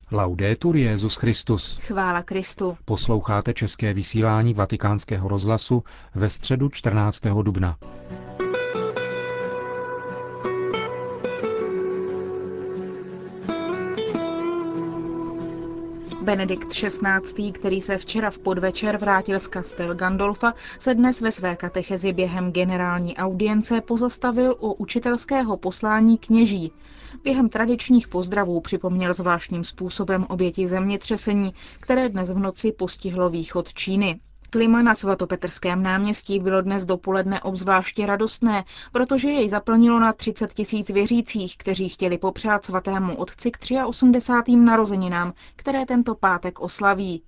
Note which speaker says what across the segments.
Speaker 1: Laudetur Jesus Christus.
Speaker 2: Chvála Kristu.
Speaker 1: Posloucháte české vysílání Vatikánského rozhlasu ve středu 14. dubna.
Speaker 2: Benedikt XVI., který se včera v podvečer vrátil z Castel Gandolfa, se dnes ve své katechezi během generální audience pozastavil u učitelského poslání kněží. Během tradičních pozdravů připomněl zvláštním způsobem oběti zemětřesení, které dnes v noci postihlo východ Číny. Klima na svatopetrském náměstí bylo dnes dopoledne obzvláště radostné, protože jej zaplnilo na 30 000 věřících, kteří chtěli popřát svatému otci k 83. narozeninám, které tento pátek oslaví.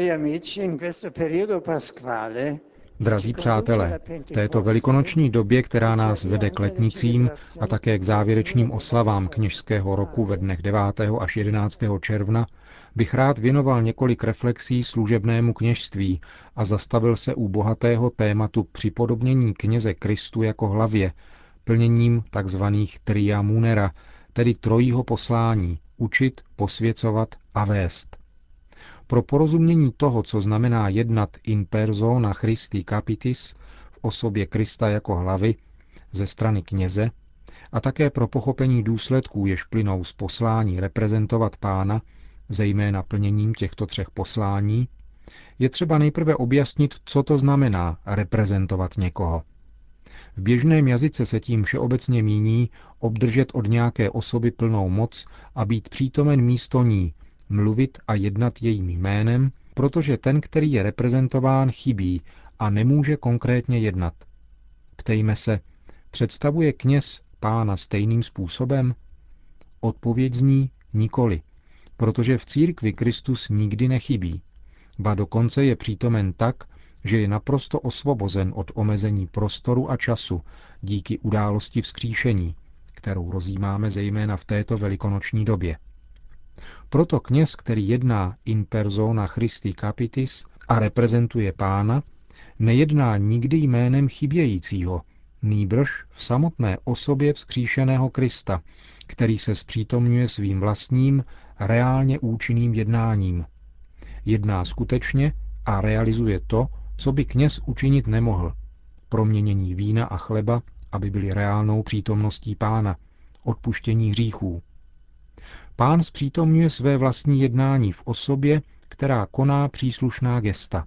Speaker 1: Drazí přátelé, v této velikonoční době, která nás vede k letnicím a také k závěrečným oslavám kněžského roku ve dnech 9. až 11. června, bych rád věnoval několik reflexí služebnému kněžství a zastavil se u bohatého tématu připodobnění kněze Kristu jako hlavě, plněním tzv. Tria munera, tedy trojího poslání, učit, posvěcovat a vést. Pro porozumění toho, co znamená jednat in persona Christi capitis, v osobě Krista jako hlavy, ze strany kněze, a také pro pochopení důsledků, jež plynou z poslání reprezentovat Pána, zejména plněním těchto třech poslání, je třeba nejprve objasnit, co to znamená reprezentovat někoho. V běžném jazyce se tím všeobecně míní obdržet od nějaké osoby plnou moc a být přítomen místo ní, mluvit a jednat jejím jménem, protože ten, který je reprezentován, chybí a nemůže konkrétně jednat. Ptejme se, představuje kněz Pána stejným způsobem? Odpověď zní nikoli, protože v církvi Kristus nikdy nechybí, ba dokonce je přítomen tak, že je naprosto osvobozen od omezení prostoru a času díky události vzkříšení, kterou rozjímáme zejména v této velikonoční době. Proto kněz, který jedná in persona Christi capitis a reprezentuje Pána, nejedná nikdy jménem chybějícího, nýbrž v samotné osobě vzkříšeného Krista, který se zpřítomňuje svým vlastním, reálně účinným jednáním. Jedná skutečně a realizuje to, co by kněz učinit nemohl. Proměnění vína a chleba, aby byly reálnou přítomností Pána, odpuštění hříchů. Pán zpřítomňuje své vlastní jednání v osobě, která koná příslušná gesta.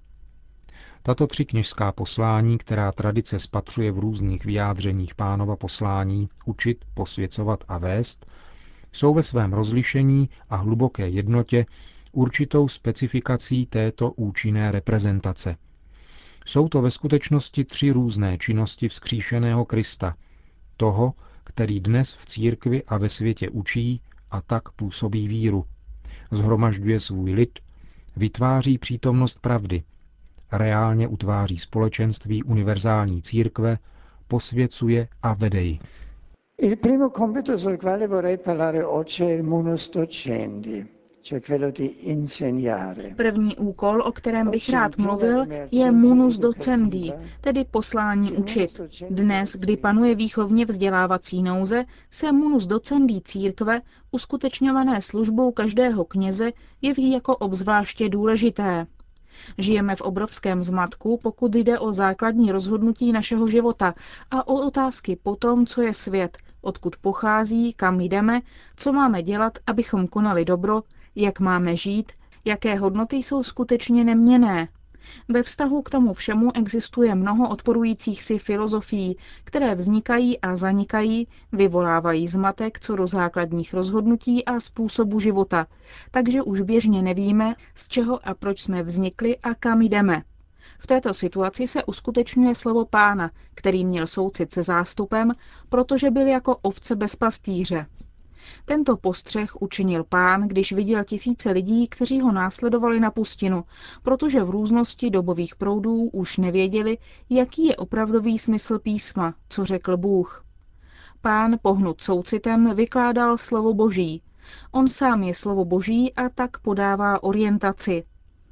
Speaker 1: Tato tři kněžská poslání, která tradice spatřuje v různých vyjádřeních Pánova poslání učit, posvěcovat a vést, jsou ve svém rozlišení a hluboké jednotě určitou specifikací této účinné reprezentace. Jsou to ve skutečnosti tři různé činnosti vzkříšeného Krista, toho, který dnes v církvi a ve světě učí a tak působí víru, shromažďuje svůj lid, vytváří přítomnost pravdy, reálně utváří společenství univerzální církve, posvěcuje a vede ji.
Speaker 3: Il primo compito sul quale vorrei parlare oggi è il munus docenti, cioè quello di insegnare.
Speaker 2: První úkol, o kterém bych rád mluvil, je munus docendi, tedy poslání učit. Dnes, kdy panuje výchovně vzdělávací nouze, se munus docendi církve, uskutečňované službou každého kněze, jeví jako obzvláště důležité. Žijeme v obrovském zmatku, pokud jde o základní rozhodnutí našeho života a o otázky po tom, co je svět, odkud pochází, kam jdeme, co máme dělat, abychom konali dobro, jak máme žít, jaké hodnoty jsou skutečně neměnné. Ve vztahu k tomu všemu existuje mnoho odporujících si filozofií, které vznikají a zanikají, vyvolávají zmatek co do základních rozhodnutí a způsobu života, takže už běžně nevíme, z čeho a proč jsme vznikli a kam jdeme. V této situaci se uskutečňuje slovo Pána, který měl soucit se zástupem, protože byl jako ovce bez pastýře. Tento postřeh učinil Pán, když viděl tisíce lidí, kteří ho následovali na pustinu, protože v různosti dobových proudů už nevěděli, jaký je opravdový smysl písma, co řekl Bůh. Pán, pohnut soucitem, vykládal slovo Boží. On sám je slovo Boží a tak podává orientaci.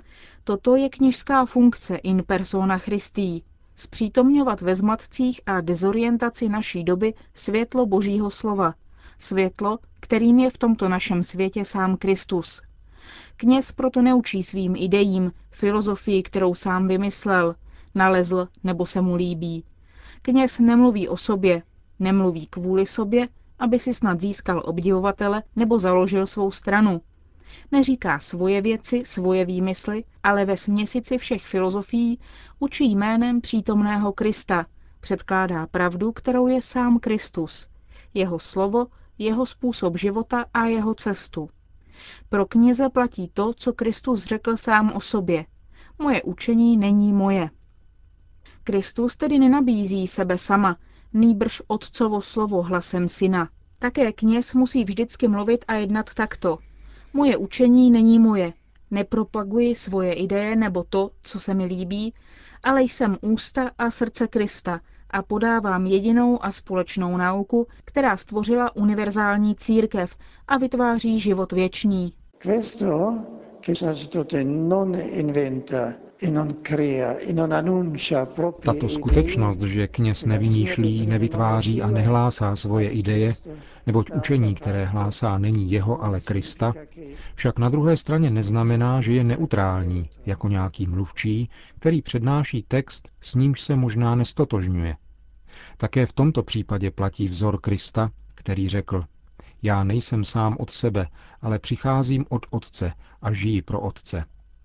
Speaker 2: Toto je kněžská funkce in persona Christi, zpřítomňovat ve zmatcích a dezorientaci naší doby světlo Božího slova, světlo, kterým je v tomto našem světě sám Kristus. Kněz proto neučí svým idejím filozofii, kterou sám vymyslel, nalezl nebo se mu líbí. Kněz nemluví o sobě, nemluví kvůli sobě, aby si snad získal obdivovatele nebo založil svou stranu. Neříká svoje věci, svoje výmysly, ale ve směsici všech filozofií učí jménem přítomného Krista, předkládá pravdu, kterou je sám Kristus, jeho slovo, jeho způsob života a jeho cestu. Pro kněze platí to, co Kristus řekl sám o sobě. Moje učení není moje. Kristus tedy nenabízí sebe sama, nýbrž Otcovo slovo hlasem syna. Také kněz musí vždycky mluvit a jednat takto. Moje učení není moje. Nepropaguji svoje ideje nebo to, co se mi líbí, ale jsem ústa a srdce Krista a podávám jedinou a společnou nauku, která stvořila univerzální církev a vytváří život věčný.
Speaker 3: Questo che il sacerdote non inventa e non crea e non annuncia proprie
Speaker 1: Tato
Speaker 3: idee.
Speaker 1: skutečnost, že kněz nevymýšlí, nevytváří a nehlásá svoje ideje, neboť učení, které hlásá, není jeho, ale Krista, však na druhé straně neznamená, že je neutrální, jako nějaký mluvčí, který přednáší text, s nímž se možná nestotožňuje. Také v tomto případě platí vzor Krista, který řekl: Já nejsem sám od sebe, ale přicházím od Otce a žiji pro Otce.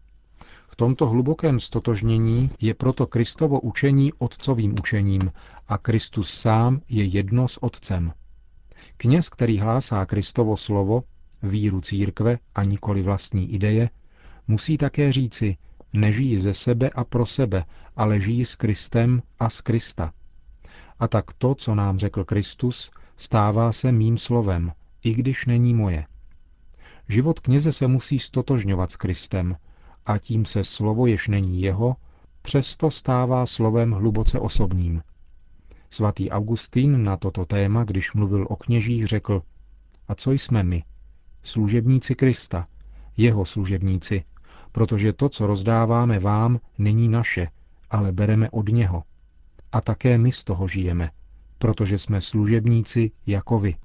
Speaker 1: V tomto hlubokém stotožnění je proto Kristovo učení otcovým učením a Kristus sám je jedno s Otcem. Kněz, který hlásá Kristovo slovo, víru církve a nikoli vlastní ideje, musí také říci: nežijí ze sebe a pro sebe, ale žijí s Kristem a z Krista. A tak to, co nám řekl Kristus, stává se mým slovem, i když není moje. Život kněze se musí stotožňovat s Kristem, a tím se slovo, jež není jeho, přesto stává slovem hluboce osobním. Svatý Augustín na toto téma, když mluvil o kněžích, řekl: a co jsme my? Služebníci Krista, jeho služebníci, protože to, co rozdáváme vám, není naše, ale bereme od něho. A také my z toho žijeme, protože jsme služebníci jako vy.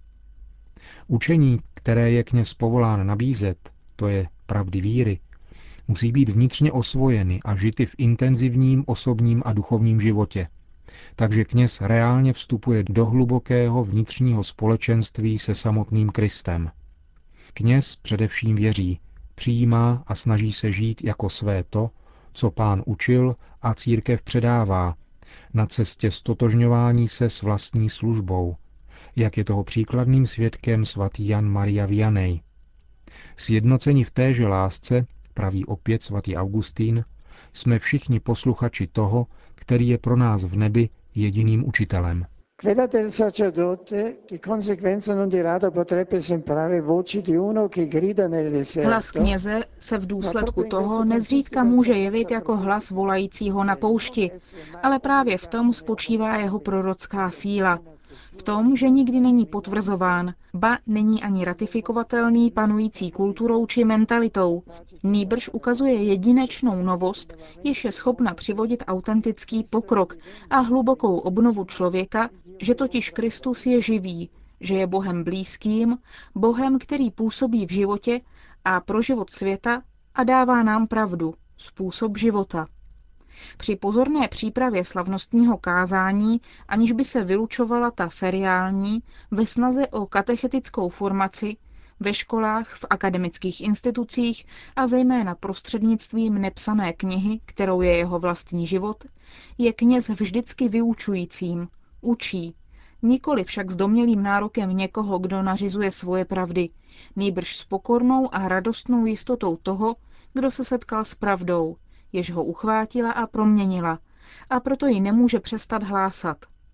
Speaker 1: Učení, které je kněz povolán nabízet, to je pravdy víry, musí být vnitřně osvojeny a žity v intenzivním osobním a duchovním životě. Takže kněz reálně vstupuje do hlubokého vnitřního společenství se samotným Kristem. Kněz především věří, přijímá a snaží se žít jako své to, co Pán učil a církev předává, na cestě stotožňování se s vlastní službou, jak je toho příkladným svědkem svatý Jan Maria Vianney. Sjednoceni v téže lásce, praví opět svatý Augustín, jsme všichni posluchači toho, který je pro nás v nebi jediným učitelem.
Speaker 3: Quella del sacerdote di conseguenza non di rado potrebbe sembrare voci di uno che grida nel deserto.
Speaker 2: Hlas kněze se v důsledku toho nezřídka může jevit jako hlas volajícího na poušti, ale právě v tom spočívá jeho prorocká síla. V tom, že nikdy není potvrzován, ba není ani ratifikovatelný panující kulturou či mentalitou, nýbrž ukazuje jedinečnou novost, jež je schopna přivodit autentický pokrok a hlubokou obnovu člověka, že totiž Kristus je živý, že je Bohem blízkým, Bohem, který působí v životě a pro život světa a dává nám pravdu, způsob života. Při pozorné přípravě slavnostního kázání, aniž by se vylučovala ta feriální, ve snaze o katechetickou formaci, ve školách, v akademických institucích a zejména prostřednictvím nepsané knihy, kterou je jeho vlastní život, je kněz vždycky vyučujícím, učí, nikoli však s domnělým nárokem někoho, kdo nařizuje svoje pravdy, nýbrž s pokornou a radostnou jistotou toho, kdo se setkal s pravdou, jež ho uchvátila a proměnila, a proto ji nemůže přestat hlásat.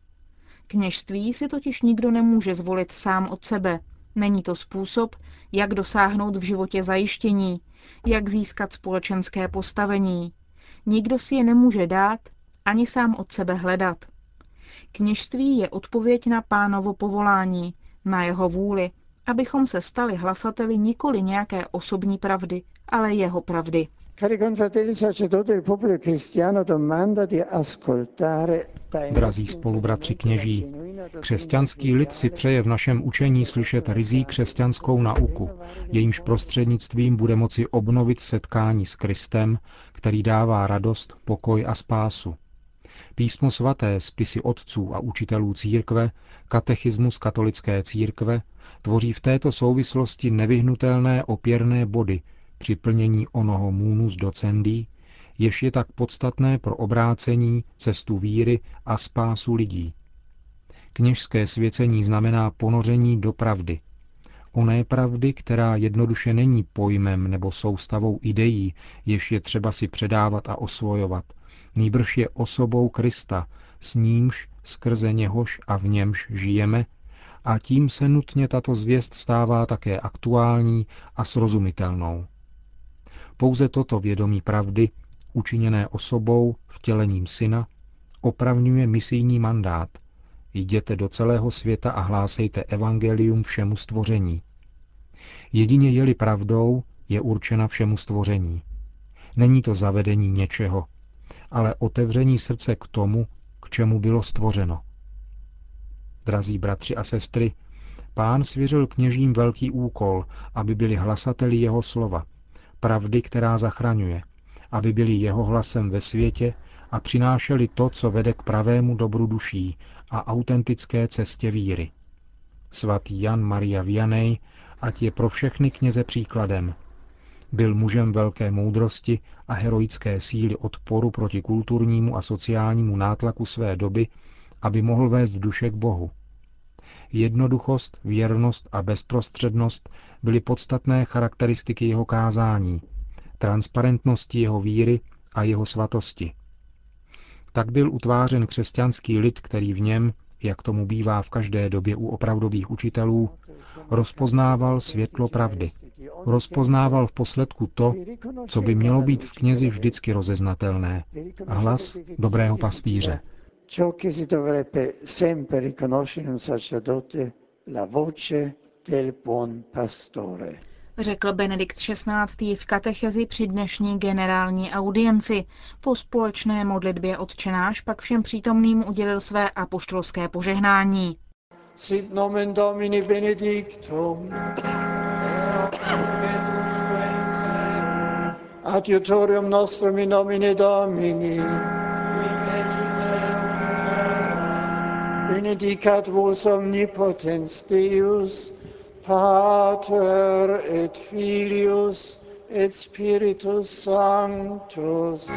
Speaker 2: Kněžství si totiž nikdo nemůže zvolit sám od sebe. Není to způsob, jak dosáhnout v životě zajištění, jak získat společenské postavení. Nikdo si je nemůže dát, ani sám od sebe hledat. Kněžství je odpověď na Pánovo povolání, na jeho vůli, abychom se stali hlasateli nikoli nějaké osobní pravdy, ale jeho pravdy.
Speaker 3: Cari confratelli sacerdoti, il popolo cristiano domanda di ascoltare
Speaker 1: Drazí spolubratři kněží, křesťanský lid si přeje v našem učení slyšet ryzí křesťanskou nauku, jejímž prostřednictvím bude moci obnovit setkání s Kristem, který dává radost, pokoj a spásu. Písmo svaté, spisy otců a učitelů církve, katechismus katolické církve tvoří v této souvislosti nevyhnutelné opěrné body při plnění onoho munus docendi, jež je tak podstatné pro obrácení, cestu víry a spásu lidí. Kněžské svěcení znamená ponoření do pravdy. Oné pravdy, která jednoduše není pojmem nebo soustavou ideí, jež je třeba si předávat a osvojovat, nýbrž je osobou Krista, s nímž, skrze něhož a v němž žijeme, a tím se nutně tato zvěst stává také aktuální a srozumitelnou. Pouze toto vědomí pravdy, učiněné osobou, vtělením syna, opravňuje misijní mandát. Jděte do celého světa a hlásejte evangelium všemu stvoření. Jedině je-li pravdou, je určena všemu stvoření. Není to zavedení něčeho, ale otevření srdce k tomu, k čemu bylo stvořeno. Drazí bratři a sestry, Pán svěřil kněžím velký úkol, aby byli hlasateli jeho slova, pravdy, která zachraňuje, aby byli jeho hlasem ve světě a přinášeli to, co vede k pravému dobru duší a autentické cestě víry. Svatý Jan Maria Vianney, ať je pro všechny kněze příkladem, byl mužem velké moudrosti a heroické síly odporu proti kulturnímu a sociálnímu nátlaku své doby, aby mohl vést duše k Bohu. Jednoduchost, věrnost a bezprostřednost byly podstatné charakteristiky jeho kázání, transparentnosti jeho víry a jeho svatosti. Tak byl utvářen křesťanský lid, který v něm, jak tomu bývá v každé době u opravdových učitelů, rozpoznával světlo pravdy. Rozpoznával v posledku to, co by mělo být v knězi vždycky rozeznatelné. Hlas dobrého pastýře.
Speaker 3: Ciò che si dovrebbe sempre riconoscere in un sacerdote, la voce del buon pastore.
Speaker 2: Řekl Benedikt XVI. V katechezi při dnešní generální audienci. Po společné modlitbě Otčenáš pak všem přítomným udělil své apoštolské požehnání.
Speaker 3: Sit nomen Domini benedictum. Adiutorium nostrum in nomine Domini. Benedicat vos omnipotens Deus, Pater et Filius et Spiritus Sanctus.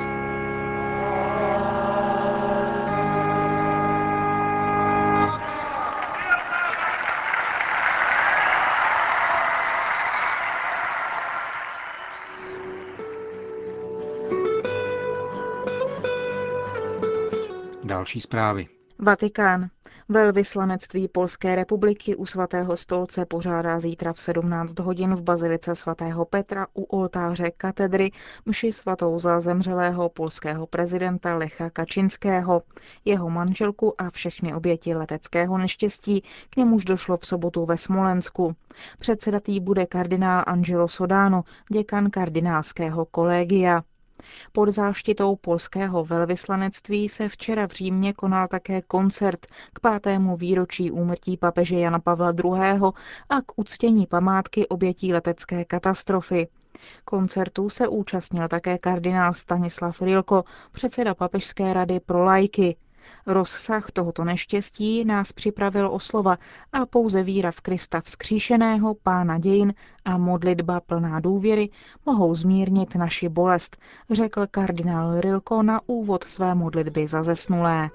Speaker 1: Další zprávy.
Speaker 2: Vatikán. Velvyslanectví Polské republiky u svatého stolce pořádá zítra v 17 hodin v bazilice svatého Petra u oltáře katedry mši svatou za zemřelého polského prezidenta Lecha Kaczynského, jeho manželku a všechny oběti leteckého neštěstí, k němuž došlo v sobotu ve Smolensku. Předsedat jí bude kardinál Angelo Sodano, děkan kardinálského kolegia. Pod záštitou polského velvyslanectví se včera v Římě konal také koncert k 5. výročí úmrtí papeže Jana Pavla II. A k uctění památky obětí letecké katastrofy. Koncertu se účastnil také kardinál Stanislav Rilko, předseda Papežské rady pro laiky. Rozsah tohoto neštěstí nás připravil o slova a pouze víra v Krista vzkříšeného, Pána dějin a modlitba plná důvěry mohou zmírnit naši bolest, řekl kardinál Rilko na úvod své modlitby za zesnulé.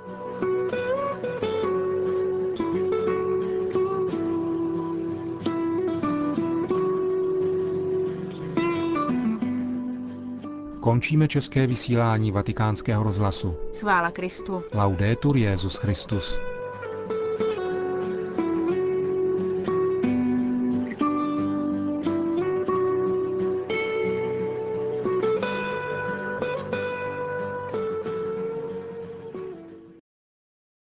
Speaker 1: Končíme české vysílání Vatikánského rozhlasu.
Speaker 2: Chvála Kristu.
Speaker 1: Laudetur Jesus Christus.